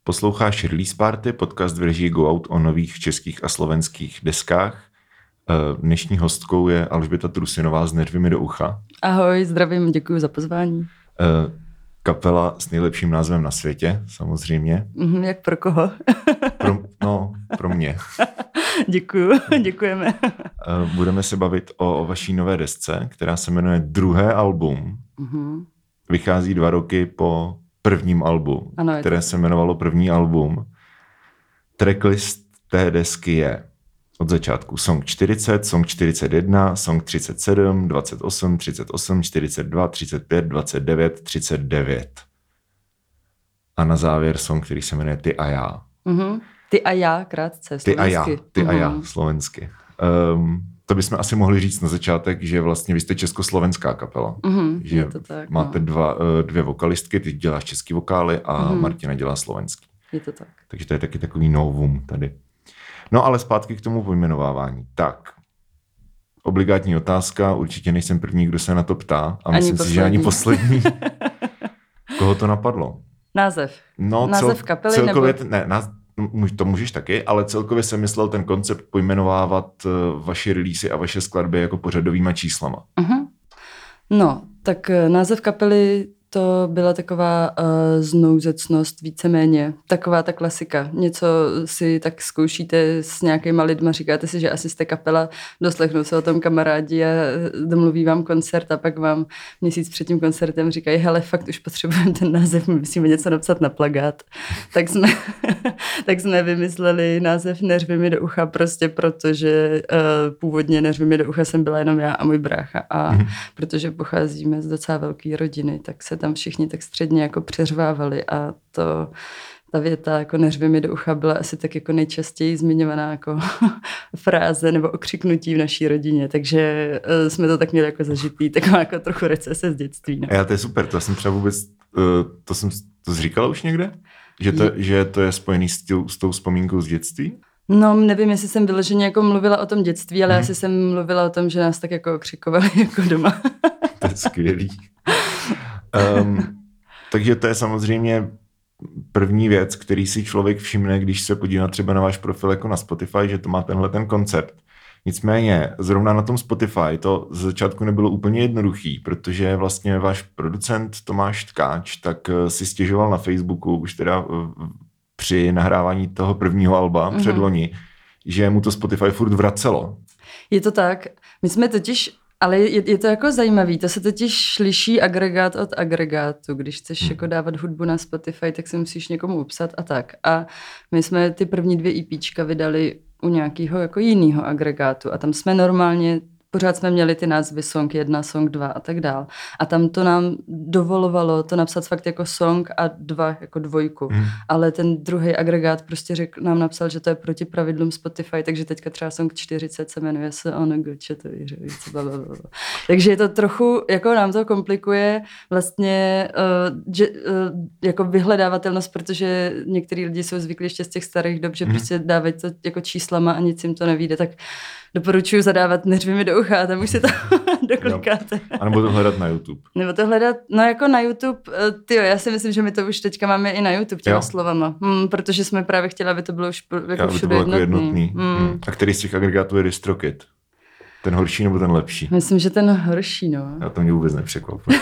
Posloucháš Release Party, podcast v režii Go Out o nových českých a slovenských deskách. Dnešní hostkou je Alžběta Trusinová z Nervy do ucha. Ahoj, zdravím, děkuji za pozvání. Kapela s nejlepším názvem na světě, samozřejmě. Jak pro koho? Pro mě. Děkujeme. Budeme se bavit o vaší nové desce, která se jmenuje Druhé album. Vychází 2 roky po prvním albu, které se jmenovalo První album. Tracklist té desky je od začátku song 40, song 41, song 37, 28, 38, 42, 35, 29, 39. A na závěr song, který se jmenuje Ty a já. Ty a já, krátce, slovensky. Ty a já, slovensky. To bychom asi mohli říct na začátek, že vlastně vy jste československá kapela. Že to tak, máte dvě vokalistky, ty děláš český vokály a Martina dělá slovenský. Je to tak. Takže to je taky takový novum tady. No ale zpátky k tomu pojmenovávání. Tak, obligátní otázka, určitě nejsem první, kdo se na to ptá a myslím si, že ani poslední. Koho to napadlo? Název kapely celkově, nebo... To můžeš taky, ale celkově jsem myslel ten koncept pojmenovávat vaše releasy a vaše skladby jako pořadovýma číslama. No, tak název kapely to byla taková znouzecnost víceméně. Taková ta klasika. Něco si tak zkoušíte s nějakýma lidma, říkáte si, že asi jste kapela, doslechnou se o tom kamarádi a domluví vám koncert a pak vám měsíc před tím koncertem říkají, hele, fakt už potřebujeme ten název, my musíme něco napsat na plakát. Tak jsme vymysleli název Nervy mi do ucha prostě protože původně Nervy mi do ucha jsem byla jenom já a můj brácha a protože pocházíme z docela velké rodiny, tak se tam všichni tak středně jako přeřvávali a ta věta jako Nervy mi do ucha byla asi tak jako nejčastěji zmiňovaná jako fráze nebo okřiknutí v naší rodině, takže jsme to tak měli jako zažitý, taková jako trochu recese z dětství. No. A to je super, to jsem třeba vůbec, to jsi říkala už někde? Že to je spojený s tou vzpomínkou z dětství? No, nevím, jestli jsem vyloženě jako mluvila o tom dětství, ale asi jsem mluvila o tom, že nás tak jako okřikovali jako doma. To je skvělý. Takže to je samozřejmě první věc, který si člověk všimne, když se podívá třeba na váš profil jako na Spotify, že to má tenhle ten koncept. Nicméně, zrovna na tom Spotify to z začátku nebylo úplně jednoduchý, protože vlastně váš producent Tomáš Tkáč tak si stěžoval na Facebooku už teda při nahrávání toho prvního alba předloni, že mu to Spotify furt vracelo. Je to tak. My jsme totiž... Ale je to jako zajímavý, to se totiž liší agregát od agregátu. Když chceš jako dávat hudbu na Spotify, tak se musíš někomu upsat a tak. A my jsme ty první 2 EPčka vydali u nějakého jako jiného agregátu a tam jsme normálně, pořád jsme měli ty názvy song 1, song 2 a tak dál. A tam to nám dovolovalo to napsat fakt jako song a 2 jako 2. Ale ten druhý agregát prostě nám napsal, že to je proti pravidlům Spotify, takže teďka třeba song 40 se jmenuje se Onego, to více, blablabla. Takže je to trochu, jako nám to komplikuje vlastně jako vyhledávatelnost, protože některý lidi jsou zvyklí ještě z těch starých dob, že prostě dávají to jako číslama a nic jim to nevíde, tak doporučuji zadávat Nervy mi do ucha a tam už si to doklikáte. A nebo to hledat na YouTube. Nebo to hledat, no jako na YouTube, já si myslím, že my to už teďka máme i na YouTube těma slovama, protože jsme právě chtěli, aby to bylo už jako všude jednotný. A který z těch agregátů je DistroKid? Ten horší nebo ten lepší? Myslím, že ten horší, no. Já to mě vůbec nepřekvapuje.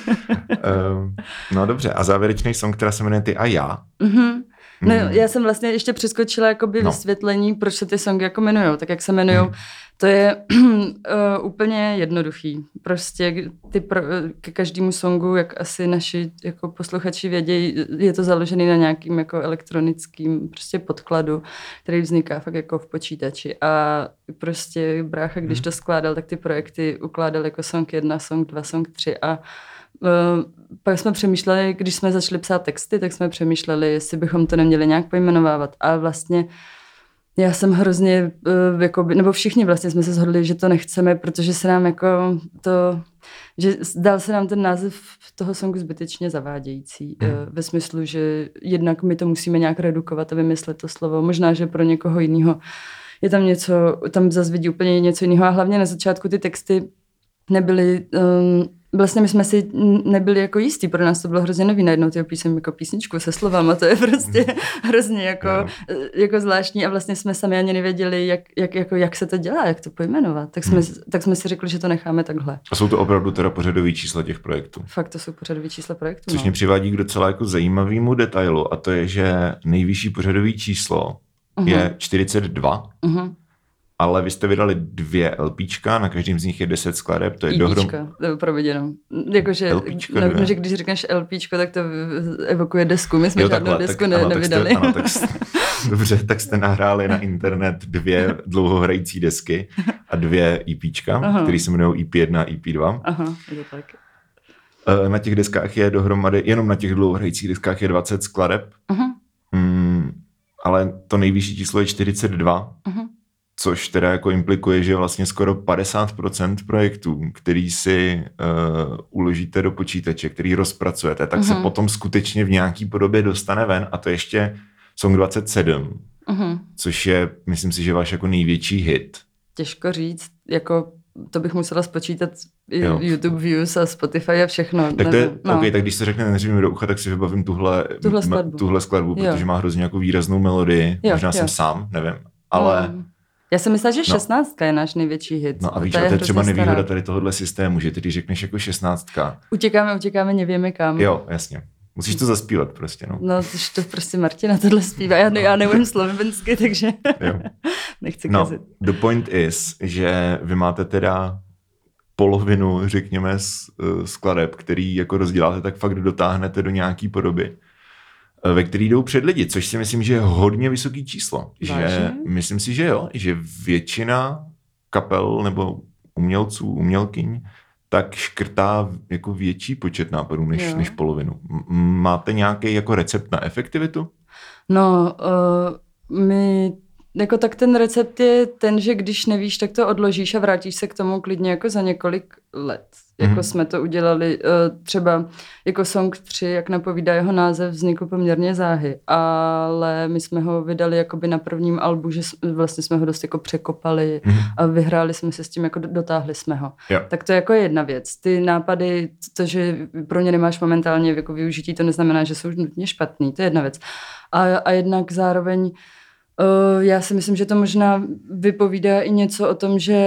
No dobře, a závěrečný song, která se jmenuje Ty a já. No, já jsem vlastně ještě přeskočila jakoby vysvětlení, proč se ty songy jako jmenujou. Tak jak se jmenujou, to je úplně jednoduchý. Prostě ke každému songu, jak asi naši jako posluchači vědějí, je to založený na nějakým jako elektronickým prostě podkladu, který vzniká fakt jako v počítači. A prostě brácha, když to skládal, tak ty projekty ukládal jako song 1, song 2, song 3 a pak jsme přemýšleli, když jsme začali psát texty, tak jsme přemýšleli, jestli bychom to neměli nějak pojmenovávat. A vlastně já jsem hrozně, nebo všichni vlastně jsme se shodli, že to nechceme, protože se nám jako že dal se nám ten název toho songu zbytečně zavádějící. Ve smyslu, že jednak my to musíme nějak redukovat a vymyslet to slovo. Možná, že pro někoho jiného je tam něco, tam zase vidí úplně něco jiného. A hlavně na začátku ty texty nebyly vlastně my jsme si nebyli jako jistí, pro nás to bylo hrozně nový, najednou ty píšem jako písničku se slovama, to je prostě hrozně jako zvláštní a vlastně jsme sami ani nevěděli, jak se to dělá, jak to pojmenovat, tak jsme si řekli, že to necháme takhle. A jsou to opravdu teda pořadový čísla těch projektů? Fakt to jsou pořadový čísla projektů. Což mě přivádí k docela jako zajímavému detailu a to je, že nejvyšší pořadový číslo je 42, ale vy jste vydali 2 LPčka, na každém z nich je 10 skladeb, to je dohromady. Providěno. Jakože, že když řekneš LPčko, tak to evokuje desku, my jsme žádnou desku nevydali. Dobře, tak jste nahráli na internet 2 dlouhohrající desky a 2 EPčka, které se jmenují EP1 a EP2. Aha, je to tak. Na těch deskách je dohromady, jenom na těch dlouhohrajících deskách je 20 skladeb, ale to nejvyšší číslo je 42, což teda jako implikuje, že vlastně skoro 50% projektů, který si uložíte do počítače, který rozpracujete, tak se potom skutečně v nějaký podobě dostane ven a to ještě Song 27, což je, myslím si, že váš jako největší hit. Těžko říct, jako to bych musela spočítat YouTube views a Spotify a všechno. Tak to je, tak když se řekne Neři mi do ucha, tak si vybavím tuhle skladbu, protože má hrozně jako výraznou melodii, možná jsem sám, nevím, ale... Já jsem myslela, že 16 je náš největší hit. No a víš, to je třeba nevýhoda tady tohohle systému, že ty když řekneš jako 16. Utěkáme, nevíme kam. Jo, jasně. Musíš to zaspívat prostě, no. No, to prostě Martina tohle zpívá. Já neumím slovensky, takže nechci kazit. The point is, že vy máte teda polovinu, řekněme, skladeb, který jako rozděláte, tak fakt dotáhnete do nějaký podoby, ve který jdou před lidi, což si myslím, že je hodně vysoký číslo. Že, myslím si, že jo, že většina kapel nebo umělců, umělkyň, tak škrtá jako větší počet nápadů než polovinu. Máte nějaký jako recept na efektivitu? No, my jako tak ten recept je ten, že když nevíš, tak to odložíš a vrátíš se k tomu klidně jako za několik let. Jako jsme to udělali třeba jako Song 3, jak napovídá jeho název, vznikl poměrně záhy, ale my jsme ho vydali jakoby na prvním albu, že vlastně jsme ho dost jako překopali a vyhráli jsme se s tím, jako dotáhli jsme ho. Tak to je jako jedna věc. Ty nápady, to, že pro ně nemáš momentálně jako využití, to neznamená, že jsou nutně špatný, to je jedna věc. A jednak zároveň já si myslím, že to možná vypovídá i něco o tom, že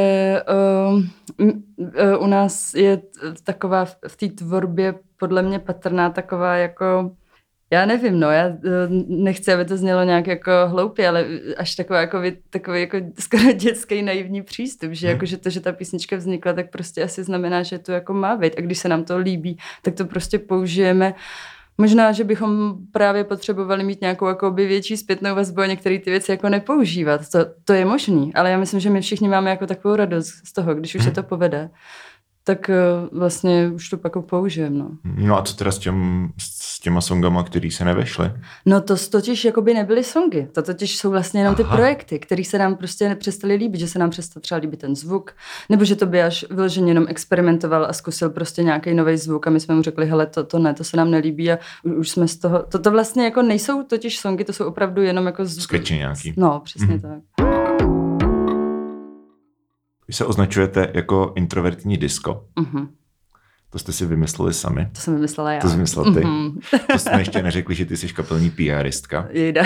u nás je taková v té tvorbě podle mě patrná taková jako, já nevím, no, já nechci, aby to znělo nějak jako hloupě, ale až takový jako skoro dětský naivní přístup, že jako, že to, že ta písnička vznikla, tak prostě asi znamená, že to jako má být a když se nám to líbí, tak to prostě použijeme. Možná, že bychom právě potřebovali mít nějakou jakoby větší zpětnou vazbu a některé ty věci jako nepoužívat. To je možný, ale já myslím, že my všichni máme jako takovou radost z toho, když už se to povede, tak vlastně už to pak použijeme. No a co teda s těma songama, který se nevešly? No to totiž jakoby nebyly songy. To totiž jsou vlastně jenom ty projekty, které se nám prostě nepřestaly líbit, že se nám přestal třeba líbit ten zvuk, nebo že to by až vyloženě jenom experimentoval a zkusil prostě nějaký nový zvuk a my jsme mu řekli, hele, to ne, to se nám nelíbí a už jsme z toho, to vlastně jako nejsou totiž songy, to jsou opravdu jenom jako sketchy nějaký. No, přesně tak. Vy se označujete jako introvertní disco. To jste si vymysleli sami. To jsem vymyslela já. To jsi vymyslela ty. To jsme ještě neřekli, že ty jsi kapelní PRistka. Jejda.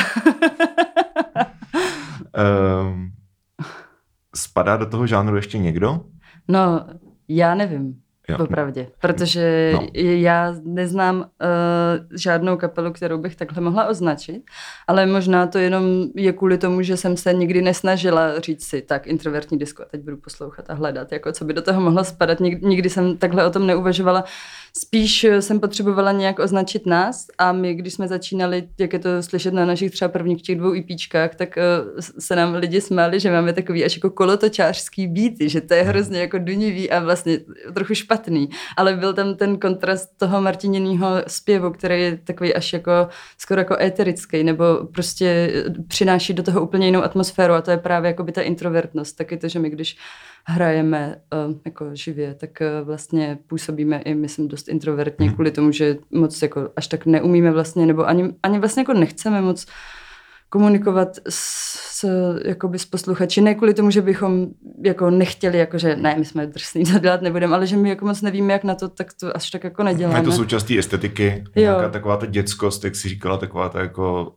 Spadá do toho žánru ještě někdo? No, já nevím. Popravdě, protože já neznám žádnou kapelu, kterou bych takhle mohla označit, ale možná to jenom je kvůli tomu, že jsem se nikdy nesnažila říct si, tak introvertní disco, a teď budu poslouchat a hledat, jako co by do toho mohlo spadat. Nikdy jsem takhle o tom neuvažovala. Spíš jsem potřebovala nějak označit nás a my, když jsme začínali, jak je to slyšet na našich třeba prvních těch 2 EPčkách, tak se nám lidi smáli, že máme takový až jako kolotočářský beaty, že to je hrozně jako dunivý a vlastně trochu špatný, ale byl tam ten kontrast toho Martininýho zpěvu, který je takový až jako skoro jako éterický, nebo prostě přináší do toho úplně jinou atmosféru a to je právě jako by ta introvertnost, taky to, že my když hrajeme jako živě, tak vlastně působíme i, myslím, dost introvertně kvůli tomu, že moc jako až tak neumíme vlastně, nebo ani vlastně jako nechceme moc komunikovat jakoby s posluchači, ne kvůli tomu, že bychom jako nechtěli, jakože ne, my jsme drsný, to dělat nebudeme, ale že my jako moc nevíme, jak na to, tak to až tak jako neděláme. Je to součástí estetiky, nějaká taková ta dětskost, jak jsi říkala, taková ta jako,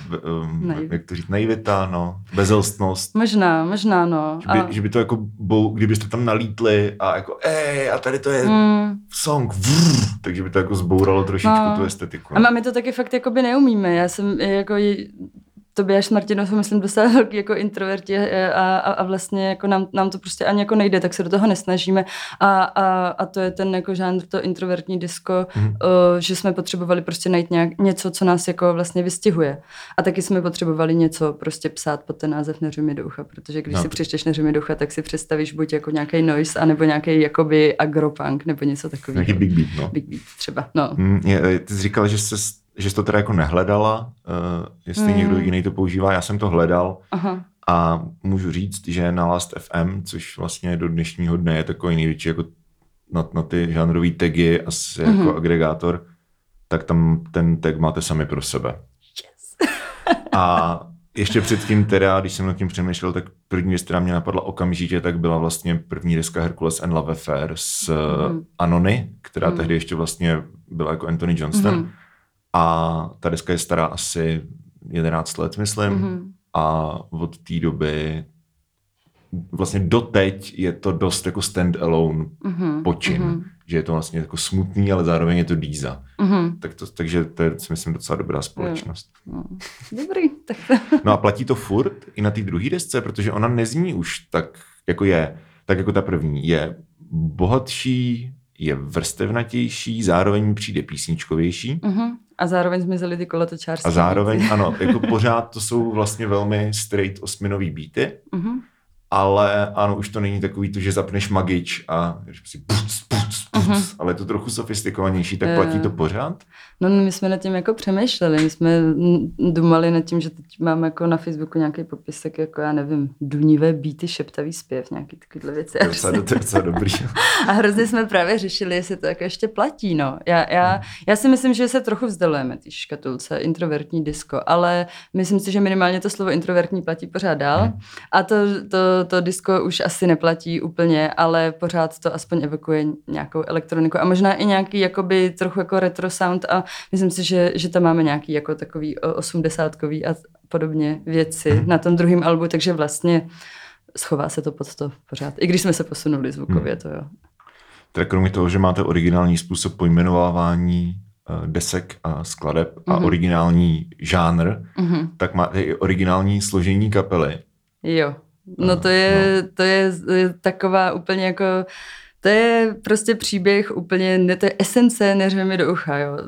jak to říct, naivita, no, bezelstnost. Možná, no. Že by to jako, kdybyste tam nalítli a jako, a tady to je song, takže by to jako zbouralo trošičku tu estetiku. A my to taky fakt jakoby neumíme, já jsem jako Tobiáš Martinov, myslím, docela velký jako introverti a vlastně jako nám to prostě ani jako nejde, tak se do toho nesnažíme a to je ten jako žánr, to introvertní disco, že jsme potřebovali prostě najít něco, co nás jako vlastně vystihuje. A taky jsme potřebovali něco prostě psát pod ten název Neřuj mi do ucha, protože když si přečteš Neřuj mi do ucha, tak si představíš buď jako nějaký noise, anebo nějaký jakoby agropunk, nebo něco takového. Nějaký big beat, no. Big beat třeba, no. Ty jsi říkala, že jsi to teda jako nehledala, jestli někdo jiný to používá, já jsem to hledal. Aha. A můžu říct, že na Last.fm, což vlastně do dnešního dne je takový největší jako na ty žánrový tagy asi jako agregátor, tak tam ten tag máte sami pro sebe. Yes. A ještě předtím teda, když jsem nad tím přemýšlel, tak první věc, která mě napadla okamžitě, tak byla vlastně první deska Hercules and Love Affair s Anony, která tehdy ještě vlastně byla jako Anthony Johnston. A ta deska je stará asi 11 let, myslím. A od té doby vlastně doteď je to dost jako stand-alone počin. Že je to vlastně jako smutný, ale zároveň je to díza. Takže to je, si myslím, docela dobrá společnost. Dobrý. Tak No a platí to furt i na té druhé desce, protože ona nezní už tak, jako je. Tak jako ta první. Je bohatší, je vrstevnatější, zároveň přijde písničkovější. A zároveň zmizely ty kolotočářské. A zároveň, ano, jako pořád to jsou vlastně velmi straight osminový beaty, ale ano, už to není takový to, že zapneš magič a si ale je to trochu sofistikovanější, tak platí to pořád? No my jsme nad tím jako přemýšleli, my jsme dumali nad tím, že teď máme jako na Facebooku nějaký popisek, jako já nevím, dunivé beaty, šeptavý zpěv, nějaký takovýhle věci. To je docela dobrý. A hrozně jsme právě řešili, jestli to jako ještě platí, no. Já si myslím, že se trochu vzdalujeme té škatulce introvertní disco, ale myslím si, že minimálně to slovo introvertní platí pořád dál a to disco už asi neplatí úplně, ale pořád to aspoň evokuje nějakou elektroniku a možná i nějaký jakoby trochu jako retro sound a myslím si, že tam máme nějaký jako takový 80kový a podobně věci na tom druhém albu, takže vlastně schová se to pod to pořád. I když jsme se posunuli zvukově, to jo. Teda kromě toho, že máte originální způsob pojmenovávání desek a skladeb a originální žánr, tak máte i originální složení kapely. Jo. No to je taková úplně jako, to je prostě příběh úplně, to je esence Neřvi mi do ucha, jo.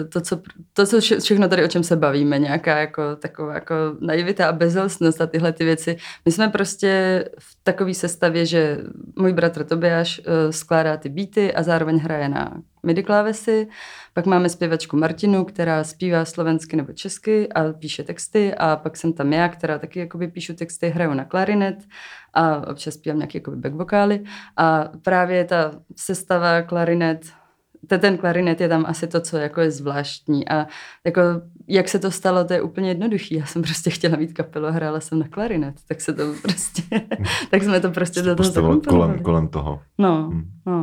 To, co všechno tady, o čem se bavíme, nějaká jako taková jako naivita a bezelstnost a tyhle ty věci. My jsme prostě v takové sestavě, že můj bratr Tobiáš skládá ty beaty a zároveň hraje na MIDI klávesy. Pak máme zpěvačku Martinu, která zpívá slovensky nebo česky a píše texty a pak jsem tam já, která taky jakoby píšu texty, hraju na klarinet a občas zpívám nějaké jakoby back vokály a právě ta sestava klarinet, ten klarinet je tam asi to, co jako je zvláštní a jako jak se to stalo, to je úplně jednoduchý. Já jsem prostě chtěla mít kapelu a hrála jsem na klarinet, tak se to prostě, tak jsme to prostě do toho zakomponovali. kolem toho. No.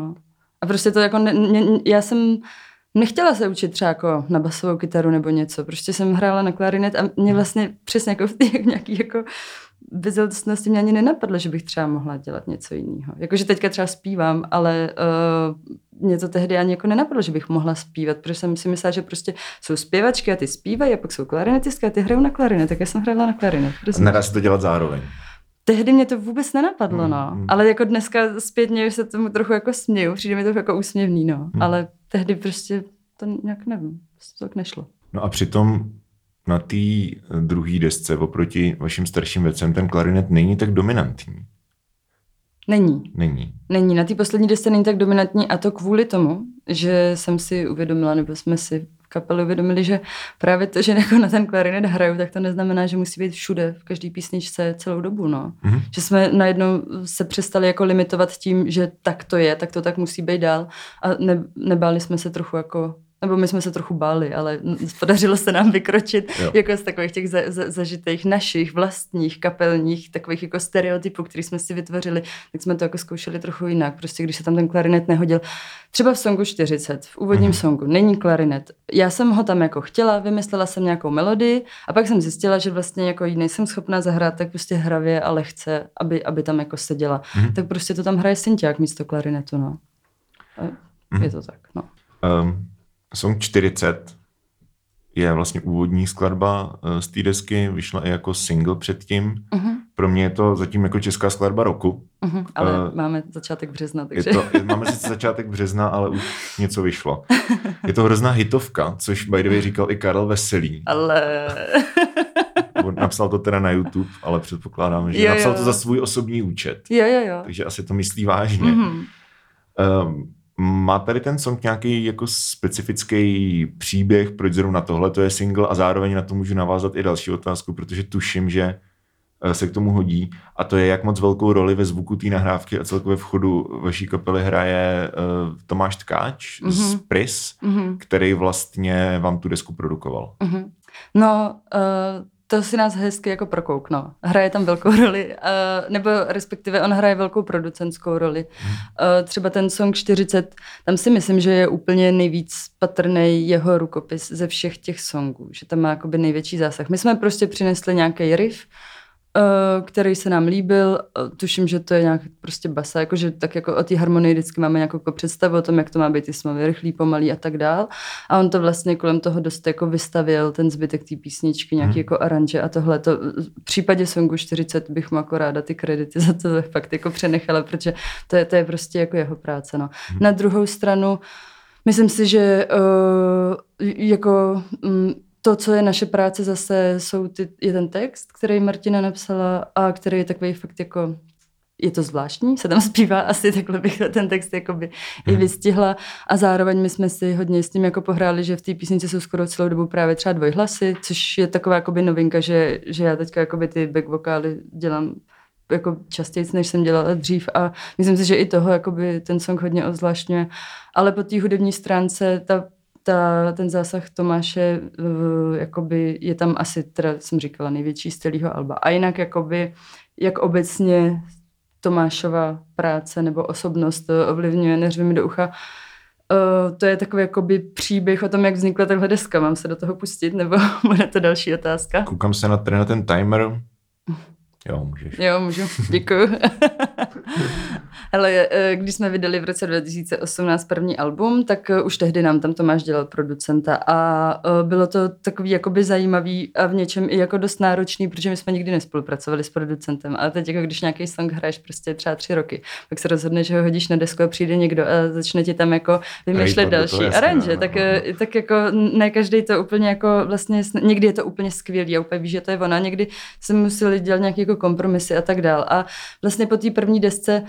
A prostě to jako, já jsem nechtěla se učit třeba jako na basovou kytaru nebo něco, prostě jsem hrála na klarinet a mě vlastně přesně jako v té nějaký jako bezelstnosti mě ani nenapadlo, že bych třeba mohla dělat něco jiného. Jakože teďka třeba zpívám, ale mě to tehdy ani jako nenapadlo, že bych mohla zpívat, protože jsem si myslela, že prostě jsou zpěvačky a ty zpívají a pak jsou klarinetistky a ty hrajou na klarinet, tak já jsem hrála na klarinet. Nedá se to dělat zároveň. Tehdy mě to vůbec nenapadlo, no. Ale jako dneska zpětně se tomu trochu jako směju, přijde mi to jako úsměvný, no. Ale tehdy prostě to nějak nevím, to tak nešlo. No a přitom na té druhé desce oproti vašim starším věcem ten klarinet není tak dominantní. Není. Na té poslední desce není tak dominantní a to kvůli tomu, že jsem si uvědomila, nebo jsme si v kapele uvědomili, že právě to, že jako na ten klarinet hraju, tak to neznamená, že musí být všude, v každé písničce celou dobu, no. Že jsme najednou se přestali jako limitovat tím, že tak to je, tak to tak musí být dál a nebáli jsme se trochu jako nebo my jsme se trochu báli, ale podařilo se nám vykročit jako z takových těch zažitých našich vlastních kapelních takových jako stereotypů, který jsme si vytvořili, tak jsme to jako zkoušeli trochu jinak. Prostě když se tam ten klarinet nehodil. Třeba v songu 40, v úvodním songu, není klarinet. Já jsem ho tam jako chtěla, vymyslela jsem nějakou melodii a pak jsem zjistila, že vlastně jako ji nejsem schopná zahrát tak prostě hravě a lehce, aby tam jako seděla. Tak prostě to tam hraje synťák místo klarinetu, no. Je to tak, no. Song 40 je vlastně úvodní skladba z té desky, vyšla i jako single předtím. Pro mě je to zatím jako česká skladba roku. Ale máme začátek března, takže... Máme sice začátek března, ale už něco vyšlo. Je to hrozná hitovka, což by the way říkal i Karel Veselý. Ale... Napsal to teda na YouTube, ale předpokládám, že napsal to za svůj osobní účet. Jo. Takže asi to myslí vážně. Má tady ten song nějaký jako specifický příběh, proč zrovna tohle to je single a zároveň na to můžu navázat i další otázku, protože tuším, že se k tomu hodí a to je, jak moc velkou roli ve zvuku té nahrávky a celkově v chodu vaší kapely hraje Tomáš Tkáč z Pris, který vlastně vám tu desku produkoval. To si nás hezky jako prokoukno. Hraje tam velkou roli, nebo respektive on hraje velkou producentskou roli. Třeba ten song 40, tam si myslím, že je úplně nejvíc patrný jeho rukopis ze všech těch songů, že tam má jakoby největší zásah. My jsme prostě přinesli nějaký riff, který se nám líbil, tuším, že to je nějak prostě basa, jakože tak jako o té harmonii vždycky máme nějakou představu o tom, jak to má být ty smlouvy rychlý, pomalý a tak dál. A on to vlastně kolem toho dost jako vystavěl, ten zbytek té písničky, nějaký jako aranže a tohle. V případě songu 40 bych mu jako ráda ty kredity za to fakt jako přenechala, protože to je prostě jako jeho práce. No. Na druhou stranu, myslím si, že to, co je naše práce zase, je ten text, který Martina napsala a který je takový fakt jako, je to zvláštní, se tam zpívá, asi takhle bych ten text jakoby i vystihla a zároveň my jsme si hodně s tím jako pohráli, že v té písnici jsou skoro celou dobu právě třeba dvojhlasy, což je taková jakoby novinka, že já teďka jakoby ty back vokály dělám jako častěji, než jsem dělala dřív a myslím si, že i toho jakoby ten song hodně ozvláštňuje, ale po té hudební stránce ten zásah Tomáše jakoby je tam asi, teda jsem říkala, největší z celého alba. A jinak jakoby, jak obecně Tomášova práce nebo osobnost ovlivňuje Neřvi mi do ucha, to je takový jakoby příběh o tom, jak vznikla takhle deska. Mám se do toho pustit, nebo bude to další otázka? Koukám se na ten timer. Jo, můžeš. Jo, můžu. Děkuju. Hele, když jsme vydali v roce 2018 první album, tak už tehdy nám tam Tomáš dělal producenta a bylo to takový jakoby zajímavý a v něčem i jako dost náročný, protože my jsme nikdy nespolupracovali s producentem, ale teď jako když nějaký song hraješ prostě třeba 3 roky, pak se rozhodne, že ho hodíš na desku a přijde někdo a začne ti tam jako vymýšlet další aranže, tak jako ne každý to úplně jako vlastně, někdy je to úplně skvělý a úplně víš, že to je ona, někdy se museli dělat nějaký jako kompromisy a tak dál a vlastně po té první desce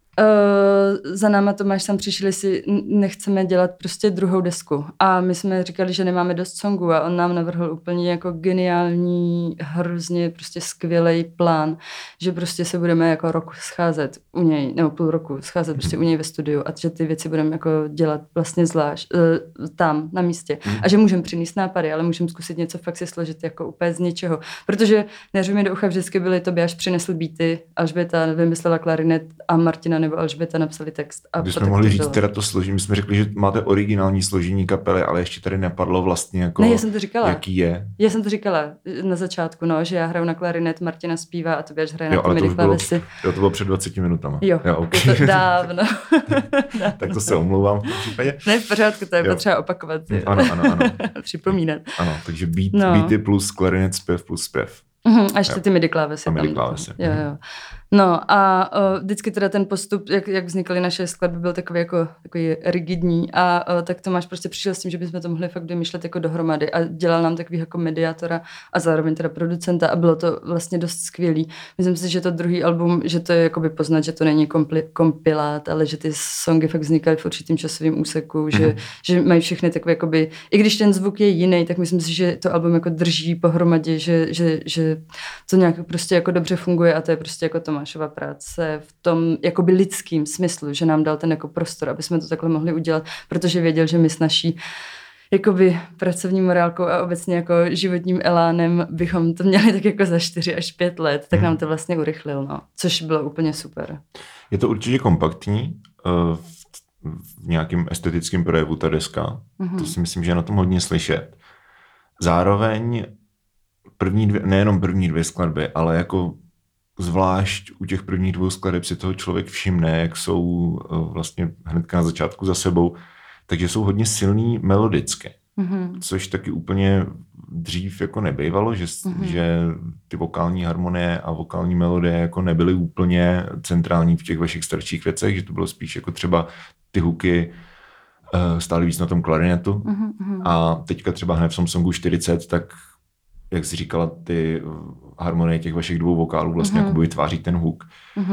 za náma Tomáš sam přišli, si nechceme dělat prostě druhou desku a my jsme říkali, že nemáme dost songů a on nám navrhl úplně jako geniální, hrozně prostě skvělej plán, že prostě se budeme jako rok scházet u něj, nebo půl roku scházet prostě u něj ve studiu a že ty věci budeme jako dělat vlastně zvlášť tam na místě a že můžeme přinést nápady, ale můžeme zkusit něco fakt si složit jako úplně z ničeho, protože Neřvi mi do ucha vždycky byly Tobiáš přinesl beaty, Alžběta vymyslela klarinet a Martina nebo Alžběta napsali text. A když jsme mohli říct teda to složení, my jsme řekli, že máte originální složení kapely, ale ještě tady nepadlo vlastně jako, ne, já jsem to říkala. Jaký je. Já jsem to říkala na začátku, no, že já hraju na klarinet, Martina zpívá a Tobiáš hraje na ty midi klávesy. Jo, to bylo před 20 minutami. Jo, okay. Je to dávno. Tak to se omlouvám v tom případě. Ne, v pořádku, to je potřeba opakovat. Ano. Připomínat. Ano, takže beaty plus klarinet, zpěv plus zpěv. A ještě ty midi klávesy. Jo. No a vždycky teda ten postup, jak vznikaly naše skladby, byl takový rigidní a tak Tomáš prostě přišel s tím, že bychom to mohli fakt vymýšlet jako dohromady a dělal nám takový jako mediátora a zároveň teda producenta a bylo to vlastně dost skvělý. Myslím si, že to druhý album, že to je jakoby poznat, že to není kompilát, ale že ty songy fakt vznikaly v určitým časovém úseku, že mají všechny takové jakoby, i když ten zvuk je jiný, tak myslím si, že to album jako drží pohromadě, že to nějak prostě jako dobře funguje a to je prostě jako Tomášova práce v tom jakoby lidským smyslu, že nám dal ten jako prostor, aby jsme to takhle mohli udělat, protože věděl, že my s naší jakoby pracovní morálkou a obecně jako životním elánem bychom to měli tak jako za 4 až 5 let, tak nám to vlastně urychlil, no. Což bylo úplně super. Je to určitě kompaktní v nějakém estetickém projevu ta deska. To si myslím, že je na tom hodně slyšet. Zároveň nejenom první 2 skladby, ale jako zvlášť u těch prvních 2 skladeb si toho člověk všimne, jak jsou vlastně hnedka na začátku za sebou, takže jsou hodně silný melodicky. Což taky úplně dřív jako nebývalo, že ty vokální harmonie a vokální melodie jako nebyly úplně centrální v těch vašich starších věcech, že to bylo spíš jako třeba ty hooky stály víc na tom klarinetu. A teďka třeba hned v tom songu 40, tak jak jsi říkala, ty harmonie těch vašich 2 vokálů vlastně jako vytváří ten hook.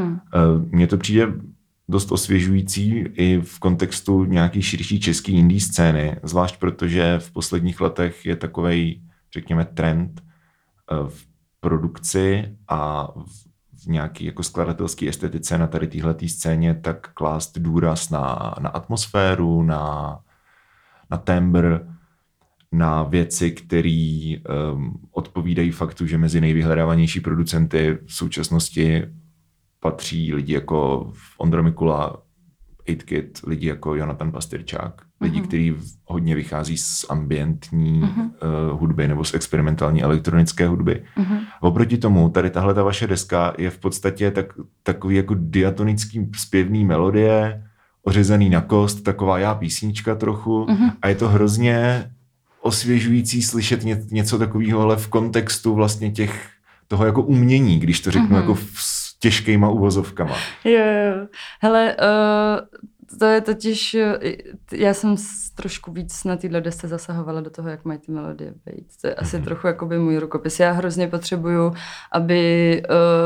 Mně to přijde dost osvěžující i v kontextu nějaký širší český indie scény, zvlášť protože v posledních letech je takovej, řekněme, trend v produkci a v nějaký jako skladatelský estetice na tady téhletý scéně tak klást důraz na atmosféru, na tembr, na věci, které odpovídají faktu, že mezi nejvyhledávanější producenty v současnosti patří lidi jako Ondra Mikula, 8Kid, lidi jako Jonathan Pastyrčák, lidi, kteří hodně vychází z ambientní hudby nebo z experimentální elektronické hudby. Oproti tomu, tady tahle ta vaše deska je v podstatě takový jako diatonický zpěvný melodie, ořezaný na kost, taková písnička trochu a je to hrozně osvěžující slyšet něco takového, ale v kontextu vlastně toho jako umění, když to řeknu jako s těžkýma uvozovkama. Jo. Hele, to je totiž, já jsem trošku víc na téhle desce zasahovala do toho, jak mají ty melodie být. To je asi trochu jakoby můj rukopis. Já hrozně potřebuju, aby...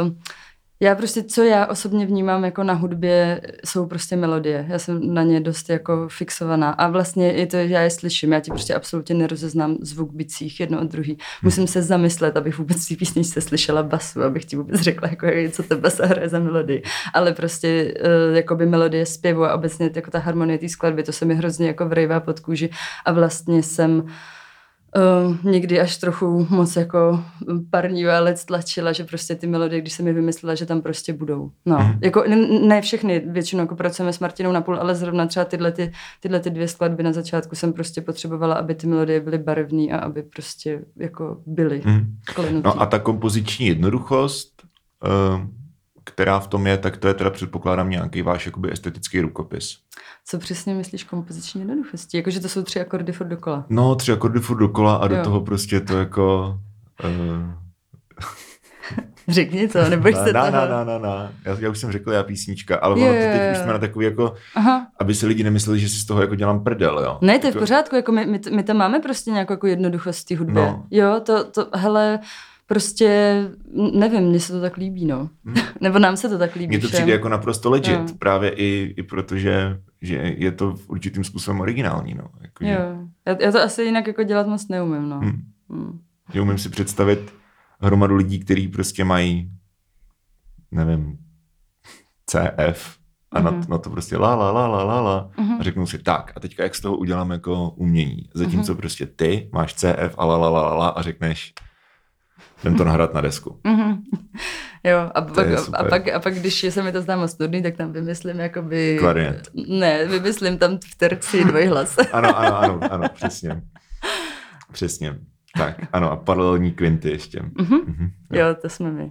Já prostě, co já osobně vnímám jako na hudbě, jsou prostě melodie. Já jsem na ně dost jako fixovaná. A vlastně i to, že já je slyším. Já ti prostě absolutně nerozeznám zvuk bicích jedno od druhý. Musím se zamyslet, abych vůbec v písničce slyšela basu, abych ti vůbec řekla, jako, co ta basa hraje za melodii. Ale prostě jakoby melodie zpěvu a obecně jako ta harmonie té skladby, to se mi hrozně jako vrejvá pod kůži. A vlastně jsem někdy až trochu moc jako parní válec tlačila, že prostě ty melodie, když jsem je vymyslela, že tam prostě budou. No, jako ne všechny, většinou jako pracujeme s Martinou napůl, ale zrovna třeba tyhle 2 skladby na začátku jsem prostě potřebovala, aby ty melodie byly barevný a aby prostě jako byly klenutý. No a ta kompoziční jednoduchost, která v tom je, tak to je teda předpokládám nějaký váš jakoby estetický rukopis. Co přesně myslíš kompoziční jednoduchosti? Jakože to jsou 3 akordy furt dokola. No, 3 akordy furt dokola a do toho prostě to jako... Řekni to, neboj se toho. Já už jsem řekl, písnička, ale ono teď už jsme na takový jako, aby se lidi nemysleli, že si z toho jako dělám prdel, jo. Ne, to je v pořádku, jako my tam máme prostě nějakou jako jednoduchost v té hudbě. No. Jo, hele... Prostě, nevím, mně se to tak líbí, no. Nebo nám se to tak líbí. Mně to přijde jako naprosto legit, právě i protože, že je to určitým způsobem originální, no. Jako, jo, já to asi jinak jako dělat moc neumím, no. Umím si představit hromadu lidí, kteří prostě mají, nevím, CF a na to prostě la a řeknou si tak a teďka jak z toho udělám jako umění. Zatímco prostě ty máš CF a la a řekneš jdem to nahrát na desku. Jo, a pak, když se mi to zdá moc nudný, tak tam vymyslím jakoby... Klarinet. Ne, vymyslím tam v terci dvojhlas. ano, přesně. Tak, ano, a paralelní kvinty ještě. Jo, to jsme my.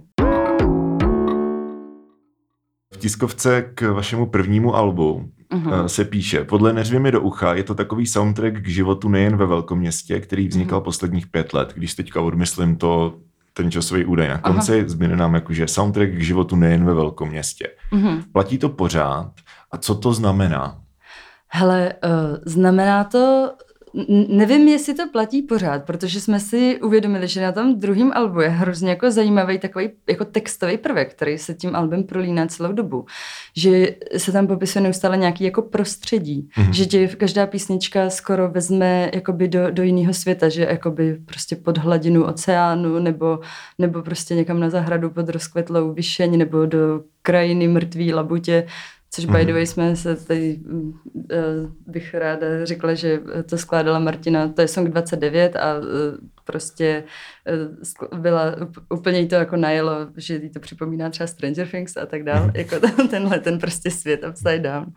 V tiskovce k vašemu prvnímu albu se píše, podle Neřvi mi do ucha je to takový soundtrack k životu nejen ve velkoměstě, který vznikal posledních 5 let. Když teďka odmyslím ten časový údaj na konci, zbyne nám jakože soundtrack k životu nejen ve velkoměstě. Platí to pořád? A co to znamená? Hele, znamená to... Nevím, jestli to platí pořád, protože jsme si uvědomili, že na tom druhém albu je hrozně jako zajímavý takový jako textový prvek, který se tím albem prolíná celou dobu. Že se tam popisuje neustále nějaký jako prostředí, že tě každá písnička skoro vezme jakoby do jiného světa, že jakoby prostě pod hladinu oceánu nebo prostě někam na zahradu pod rozkvetlou vyšeň nebo do krajiny mrtvý labutě, což by the way jsme se tady, bych ráda řekla, že to skládala Martina, to je song 29 a prostě byla, úplně jí to jako najelo, že jí to připomíná třeba Stranger Things a tak dál, jako ten prostě svět upside down.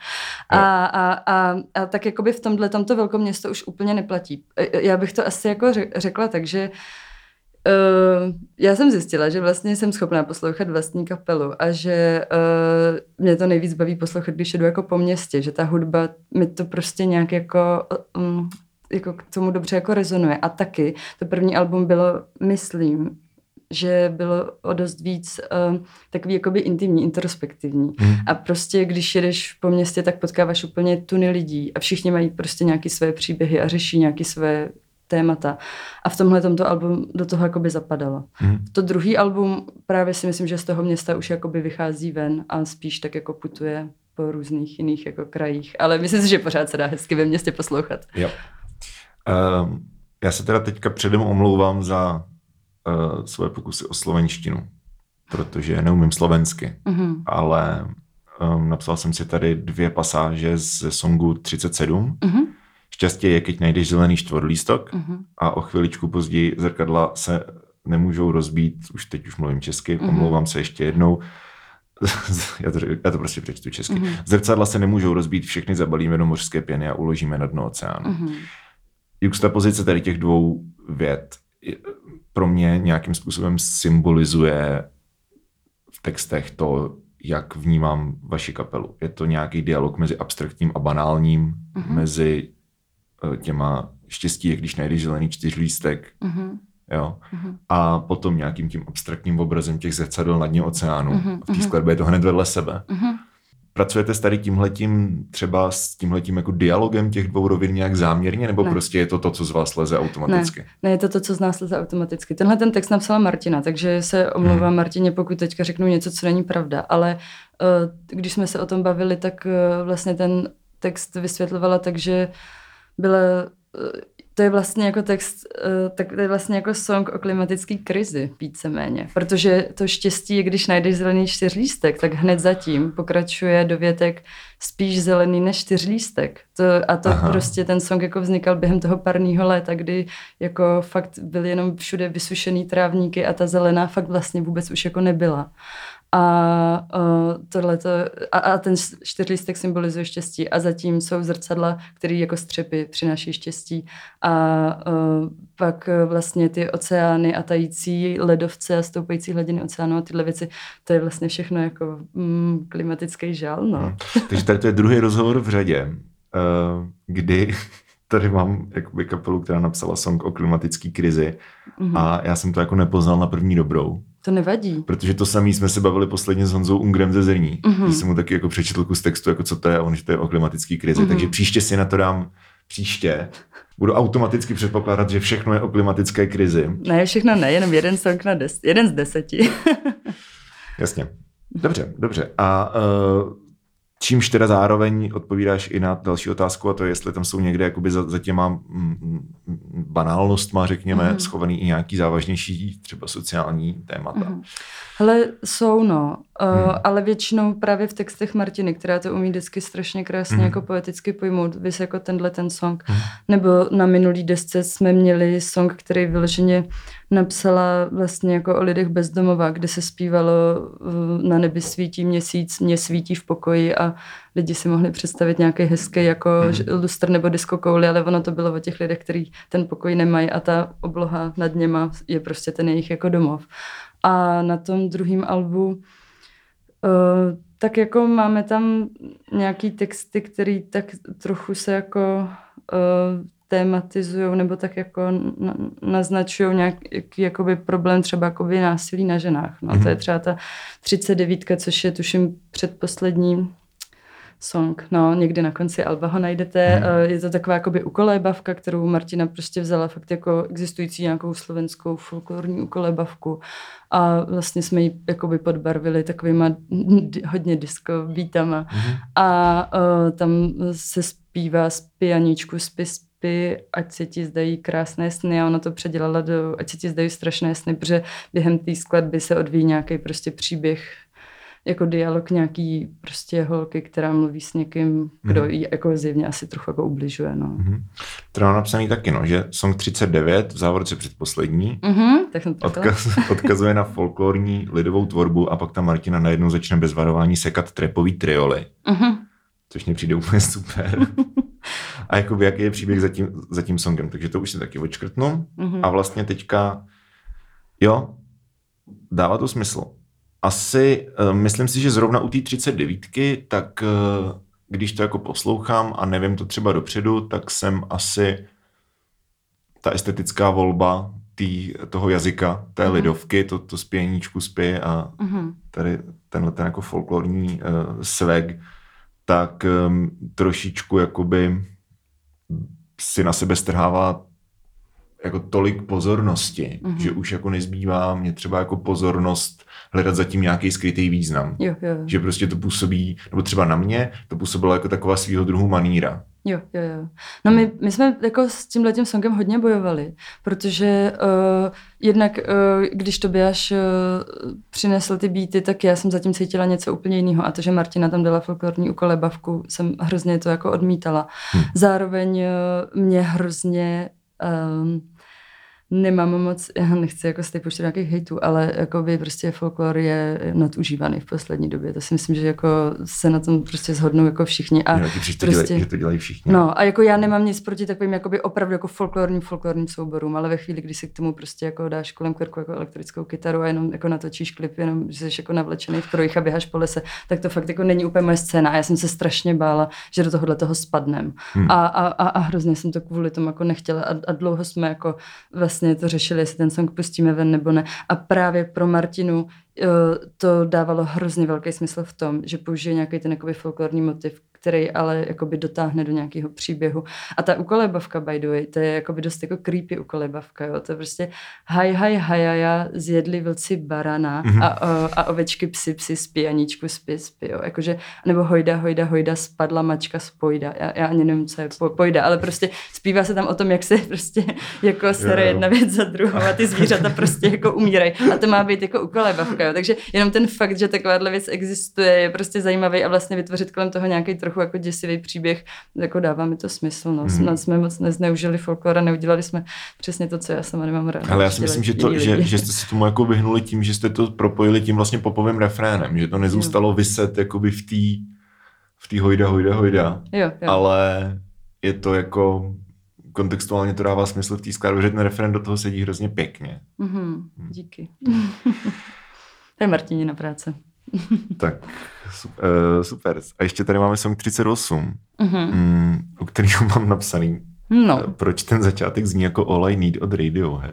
A tak jakoby v tomhle tomto velkoměsto už úplně neplatí. Já bych to asi jako řekla tak, že já jsem zjistila, že vlastně jsem schopná poslouchat vlastní kapelu a že mě to nejvíc baví poslouchat, když jdu jako po městě, že ta hudba mi to prostě nějak jako k tomu dobře jako rezonuje. A taky to první album bylo, myslím, že bylo o dost víc takový jakoby intimní, introspektivní. A prostě, když jedeš po městě, tak potkáváš úplně tuny lidí a všichni mají prostě nějaké své příběhy a řeší nějaké své témata. A v tomhle tomto album do toho jakoby zapadalo. To druhý album právě si myslím, že z toho města už jakoby vychází ven a spíš tak jako putuje po různých jiných jako krajích. Ale myslím si, že pořád se dá hezky ve městě poslouchat. Jo. Já se teda teďka předem omlouvám za svoje pokusy o slovenštinu, protože neumím slovensky, ale napsal jsem si tady 2 pasáže ze songu 37. Štěstí je, keď najdeš zelený čtvrtlístok a o chviličku později zrcadla se nemůžou rozbít, teď už mluvím česky, omlouvám se ještě jednou, já to prostě přečtu česky. Zrcadla se nemůžou rozbít, všechny zabalíme do mořské pěny a uložíme na dno oceánu. Juxtapozice tady těch 2 vět pro mě nějakým způsobem symbolizuje v textech to, jak vnímám vaši kapelu. Je to nějaký dialog mezi abstraktním a banálním, mezi těma štěstí, když najdeš zelený čtyřlístek, jo? A potom nějakým tím abstraktním obrazem těch zrcadel na dně oceánu. V té skladbě je to hned vedle sebe. Pracujete s tady tímhletím, třeba s tímhletím jako dialogem těch 2 rovin nějak záměrně, nebo prostě je to, co z vás leze automaticky? Ne, je to, co z nás leze automaticky. Tenhle ten text napsala Martina, takže se omlouvám Martině, pokud teďka řeknu něco, co není pravda, ale když jsme se o tom bavili, tak vlastně ten text vysvětlovala, takže to je vlastně jako text, tak to je vlastně jako song o klimatické krizi, víceméně. Protože to štěstí je, když najdeš zelený čtyřlístek, tak hned zatím pokračuje dovětek spíš zelený než čtyřlístek. Prostě ten song jako vznikal během toho parního léta, kdy jako fakt byly jenom všude vysušený trávníky a ta zelená fakt vlastně vůbec už jako nebyla. A ten čtyřlístek symbolizuje štěstí a zatím jsou zrcadla, které jako střepy přináší štěstí a pak vlastně ty oceány a tající ledovce a stoupající hladiny oceánu a tyhle věci, to je vlastně všechno jako klimatický žal, no. Takže tady to je druhý rozhovor v řadě, kdy tady mám jakoby kapelu, která napsala song o klimatické krizi a já jsem to jako nepoznal na první dobrou. To nevadí. Protože to samý jsme se bavili posledně s Honzou Ungrem ze Zrní. Že jsem mu taky jako přečetl kus textu, jako co to je a on, že to je o klimatické krizi. Takže příště si na to dám budu automaticky předpokládat, že všechno je o klimatické krizi. Ne, všechno ne, jenom jeden song na 10. Jeden z 10. Jasně. Dobře. A čímž teda zároveň odpovídáš i na další otázku, a to je, jestli tam jsou někde jakoby za těma banálnostma, řekněme, schovaný i nějaký závažnější třeba sociální témata. Hele, jsou, no. Ale většinou právě v textech Martiny, která to umí vždycky strašně krásně jako poeticky pojmout, vys jako ten song. Nebo na minulý desce jsme měli song, který vyloženě napsala vlastně jako o lidech bezdomova, kde se zpívalo na nebi svítí měsíc, mě svítí v pokoji a lidi si mohli představit nějaký hezký jako lustr nebo diskokouli, ale ono to bylo o těch lidech, kteří ten pokoj nemají a ta obloha nad něma je prostě ten jejich jako domov. A na tom druhém albu tak jako máme tam nějaký texty, který tak trochu se jako tématizujou nebo tak jako naznačují nějaký jakoby problém třeba jakoby násilí na ženách. No, to je třeba ta 39, což je tuším předposlední song. No, někdy na konci alba ho najdete. Je to taková jakoby ukolébavka, kterou Martina prostě vzala fakt jako existující nějakou slovenskou folklorní ukolébavku a vlastně jsme ji jakoby podbarvili takovýma hodně disco beatama. A tam se zpívá z pianíčku spy, ať se ti zdají krásné sny a ona to předělala do ať se ti zdají strašné sny, protože během té skladby se odvíjí nějaký prostě příběh jako dialog nějaký prostě holky, která mluví s někým, kdo jí jako zjevně asi trochu jako ubližuje, no. To mám napsaný taky, no, že song 39, v závorce předposlední, tak jsem odkazuje na folklorní lidovou tvorbu a pak ta Martina najednou začne bez varování sekat trapový trioly. Což mě přijde úplně super. A jakoby, jaký je příběh za tím songem, takže to už si taky odškrtnu. A vlastně teďka, jo, dává to smysl. Asi, myslím si, že zrovna u té 39, tak když to jako poslouchám a nevím to třeba dopředu, tak jsem asi ta estetická volba toho jazyka, té lidovky, to zpěníčku zpěje a tady tenhle ten jako folklorní swag, tak trošičku jakoby si na sebe strhává jako tolik pozornosti, že už jako nezbývá mě třeba jako pozornost hledat zatím nějaký skrytý význam. Jo. Že prostě to působí, nebo třeba na mě, to působilo jako taková svýho druhu maníra. Jo. No my jsme jako s tímhletím songem hodně bojovali, protože jednak když Tobiáš přinesl ty beaty, tak já jsem zatím cítila něco úplně jiného a to, že Martina tam dala folklorní ukolebavku, jsem hrozně to jako odmítala. Zároveň mě hrozně nemám moc, já nechci jako z té počtu nějakých hejtů, ale jakoby prostě folklor je nadužívaný v poslední době. To si myslím, že jako se na tom prostě shodnou jako všichni. A prostě, že to dělají všichni. No a jako já nemám nic proti takovým jakoby opravdu jako folklorním souborům, ale ve chvíli, kdy si k tomu prostě jako dáš kolem krku jako elektrickou kytaru a jenom jako natočíš klip, jenom že jsi jako navlečený v krojích a běháš po lese, tak to fakt jako není úplně moje scéna. A já jsem se strašně bála, že do toho spadnem. A hrozně jsem to kvůli tomu jako nechtěla a dlouho jsme jako vlastně to řešili, jestli ten song pustíme ven nebo ne. A právě pro Martinu to dávalo hrozně velký smysl v tom, že použije nějaký ten jakoby folklorní motiv, který ale jakoby dotáhne do nějakého příběhu. A ta ukolebavka, by the way, to je jakoby dost jako creepy ukolebavka, jo. To je prostě hajaja, zjedli vlci barana a ovečky psi spí, Aničku spí, jo. Jakože, nebo hojda, spadla mačka z pojda. Já ani nevím, co je pojda, ale prostě zpívá se tam o tom, jak se prostě jako sere jedna věc za druhou a ty zvířata prostě jako umírají. A to má být jako ukolebavka, jo. Takže jenom ten fakt, že takováhle věc existuje, je prostě zajímavý a vlastně vytvořit kolem toho nějaký trochu jako děsivý příběh, jako dává mi to smysl. No. Jsme moc nezneužili folklor a neudělali jsme přesně to, co já sama nemám ráda. Ale já si myslím, že jste se tomu jako vyhnuli tím, že jste to propojili tím vlastně popovým refrénem, že to nezůstalo viset jakoby v té hojda, jo. Ale je to jako kontextuálně to dává smysl v té skladbě, že ten refrén do toho sedí hrozně pěkně. Díky. To je Martinina práce. Tak, super. A ještě tady máme song 38, u kterého mám napsaný, proč ten začátek zní jako All I Need od Radiohead.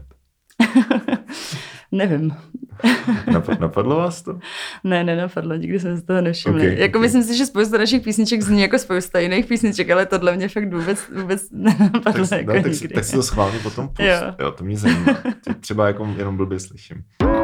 Nevím. Napadlo vás to? Ne, nenapadlo, nikdy jsem se toho nevšimli. Okay. Myslím si, že spousta našich písniček zní jako spousta jiných písniček, ale tohle mě fakt vůbec nenapadlo. Tak si to schválně potom pust. Jo, to mě zajímá. Třeba jako jenom blbě slyším.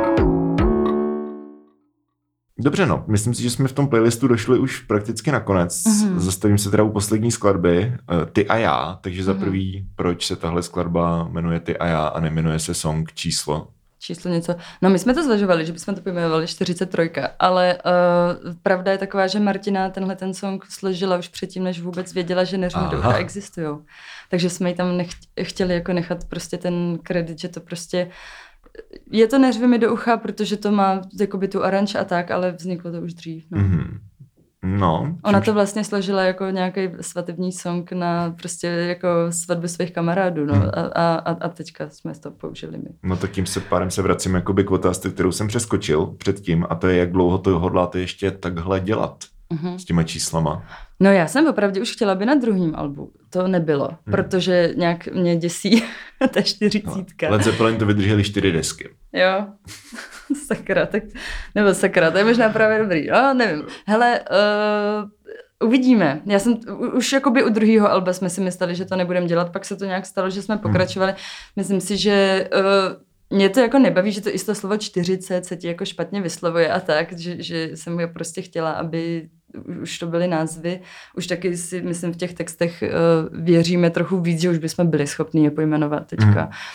Dobře, no. Myslím si, že jsme v tom playlistu došli už prakticky nakonec. Zastavím se teda u poslední skladby, Ty a já. Takže za prvý, proč se tahle skladba jmenuje Ty a já a nemenuje se song Číslo? Číslo něco. No my jsme to zvažovali, že bychom to pojmenovali 43, ale pravda je taková, že Martina ten song složila už předtím, než vůbec věděla, že Neřvi do ucha existujou. Takže jsme jí tam chtěli jako nechat prostě ten kredit, že to prostě je to Neřvi mi do ucha, protože to má jakoby tu aranž a tak, ale vzniklo to už dřív. No. No, ona to vlastně složila jako nějaký svatební song na prostě jako svatbu svých kamarádů, no. A teďka jsme to použili my. No tak tím pádem se vracím jakoby k otázce, kterou jsem přeskočil předtím, a to je, jak dlouho to hodláte ještě takhle dělat s těma číslama. No já jsem opravdu už chtěla by na druhém albu. To nebylo, protože nějak mě děsí ta 40. Led Zeppelin to vydrželi 4 desky. Jo, sakra, to je možná právě dobrý. No, nevím. Hele, uvidíme. Já jsem už jakoby u druhého alba jsme si mysleli, že to nebudeme dělat, pak se to nějak stalo, že jsme pokračovali. Myslím si, že mě to jako nebaví, že to i to slovo 40 se ti jako špatně vyslovuje a tak, že jsem ho prostě chtěla, aby už to byly názvy. Už taky si, myslím, v těch textech věříme trochu víc, že už bychom byli schopni je pojmenovat teďka.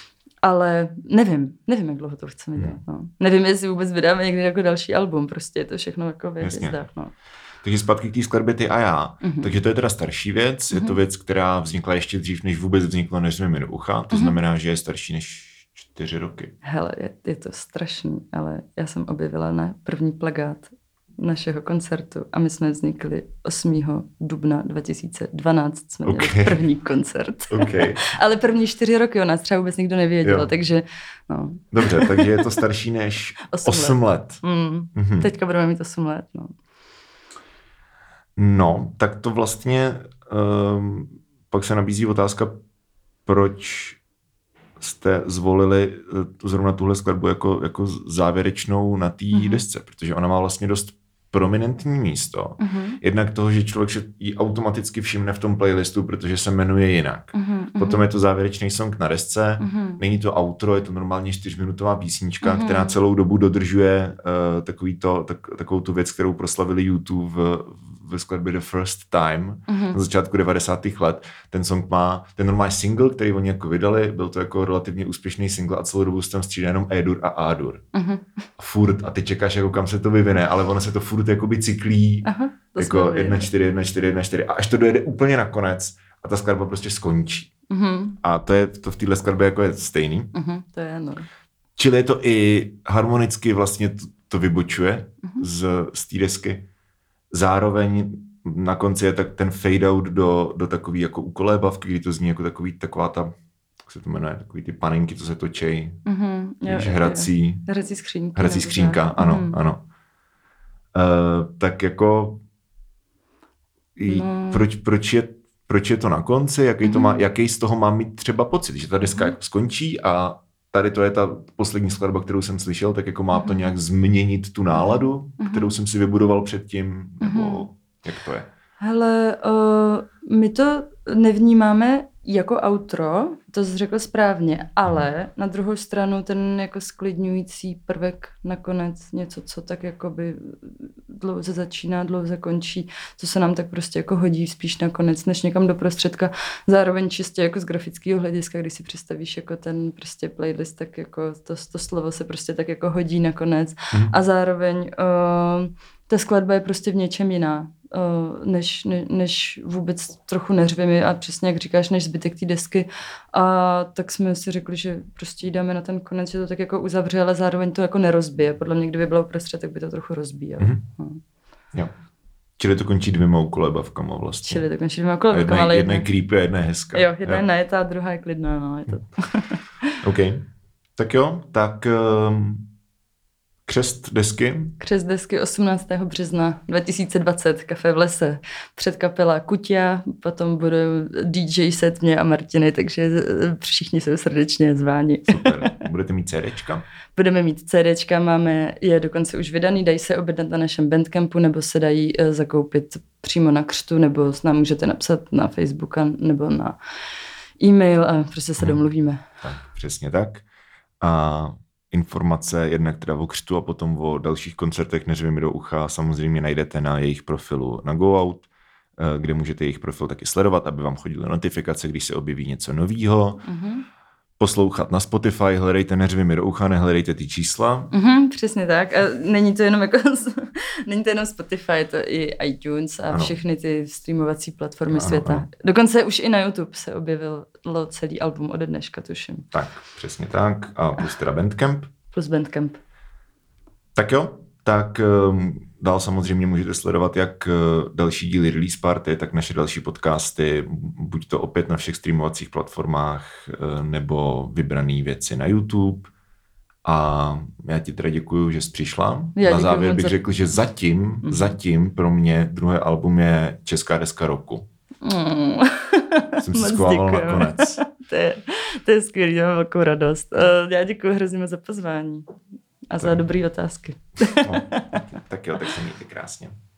Ale nevím, jak dlouho to chceme dělat. No. Nevím, jestli vůbec vydáme někdy jako další album, prostě je to všechno jako ve hvězdách. No. Takže zpátky k té skladbě Ty a já. Takže to je teda starší věc, je to věc, která vznikla ještě dřív, než vůbec vzniklo Neřvi mi do ucha, to znamená, že je starší než 4 roky. Hele, je to strašný, ale já jsem objevila na první plakát našeho koncertu a my jsme vznikli 8. dubna 2012, jsme měli první koncert. Ale první 4 roky o nás třeba vůbec nikdo nevěděl, takže no. Dobře, takže je to starší než 8 let. Teďka budeme mít 8 let, no. No, tak to vlastně pak se nabízí otázka, proč jste zvolili zrovna tuhle skladbu jako závěrečnou na té desce, protože ona má vlastně dost prominentní místo. Jednak toho, že člověk ji automaticky všimne v tom playlistu, protože se jmenuje jinak. Potom je to závěrečný song na desce, není to outro, je to normálně 4minutová písnička, která celou dobu dodržuje takovou tu věc, kterou proslavili YouTube ve skladbě The First Time na začátku 90. let. Ten song má ten normální single, který oni jako vydali, byl to jako relativně úspěšný single a celou dobu se tam střídá jenom E-dur a A-dur. Furt a ty čekáš, jako kam se to vyvine, ale ono se to furt jakoby cyklí, jako 1-4, 1-4, 1-4 a až to dojede úplně na konec a ta skladba prostě skončí. A to v téhle skladbě jako je stejný. To je no. Čili je to i harmonicky vlastně to vybočuje z té desky. Zároveň na konci je tak ten fade out do takový jako ukolébavky, kdy to zní jako taková ta, jak se to jmenuje, takový ty panenky, co se točí. Hrací skřínka, ano. Tak jako proč je to na konci, jaký z toho mám mít třeba pocit, že ta deska jako skončí a tady to je ta poslední skladba, kterou jsem slyšel, tak jako má to nějak změnit tu náladu, kterou jsem si vybudoval předtím, nebo jak to je? Hele, my to nevnímáme jako outro, to jsi řekl správně, ale na druhou stranu ten jako sklidňující prvek nakonec něco, co tak jakoby dlouze začíná, dlouze končí, co se nám tak prostě jako hodí spíš nakonec, než někam do prostředka. Zároveň čistě jako z grafického hlediska, když si představíš jako ten prostě playlist, tak jako to slovo se prostě tak jako hodí nakonec. A zároveň ta skladba je prostě v něčem jiná. Než vůbec trochu Neřvi a přesně jak říkáš, než zbytek té desky. A tak jsme si řekli, že prostě jdeme na ten konec, že to tak jako uzavře, ale zároveň to jako nerozbije. Podle mě, kdyby bylo uprostřed, tak by to trochu rozbíjelo. Jo. Čili to končí 2 ukolébavkama vlastně. Čili to končí 2 ukolébavkama, ale jedna je creepy a jedna je hezká. Jo, jedna je najetá, druhá je klidná, no. Je to... OK. Tak jo, tak... Křest desky 18. března 2020, Kafe v lese, předkapela Kutia, potom bude DJ set mě a Martiny, takže všichni jsou srdečně zváni. Super. Budete mít CDčka? Budeme mít CDčka, máme je dokonce už vydaný, dají se objednat na našem Bandcampu, nebo se dají zakoupit přímo na křtu, nebo s nám můžete napsat na Facebooka, nebo na e-mail a prostě se domluvíme. Tak, přesně tak. A informace jednak teda o křtu a potom o dalších koncertech Neřvi mi do ucha samozřejmě najdete na jejich profilu na GoOut, kde můžete jejich profil taky sledovat, aby vám chodily notifikace, když se objeví něco novýho. Poslouchat na Spotify, hledejte Neřvi mi do ucha, nehledejte ty čísla. Přesně tak. A není to jenom Spotify, je to i iTunes a všechny ty streamovací platformy světa. Ano. Dokonce už i na YouTube se objevilo celý album ode dneška, tuším. Tak, přesně tak. A plus teda Bandcamp. Plus Bandcamp. Tak jo, tak dál samozřejmě můžete sledovat jak další díly Release Party, tak naše další podcasty, buď to opět na všech streamovacích platformách, nebo vybrané věci na YouTube. A já ti teda děkuju, že jsi přišla. Na závěr bych řekl, že zatím pro mě druhé album je Česká deska roku. Jsem si schovávala nakonec. To je skvělý, mám velkou radost. Já děkuji hrozně za pozvání. A za dobrý otázky. Tak jo, tak se mějte krásně.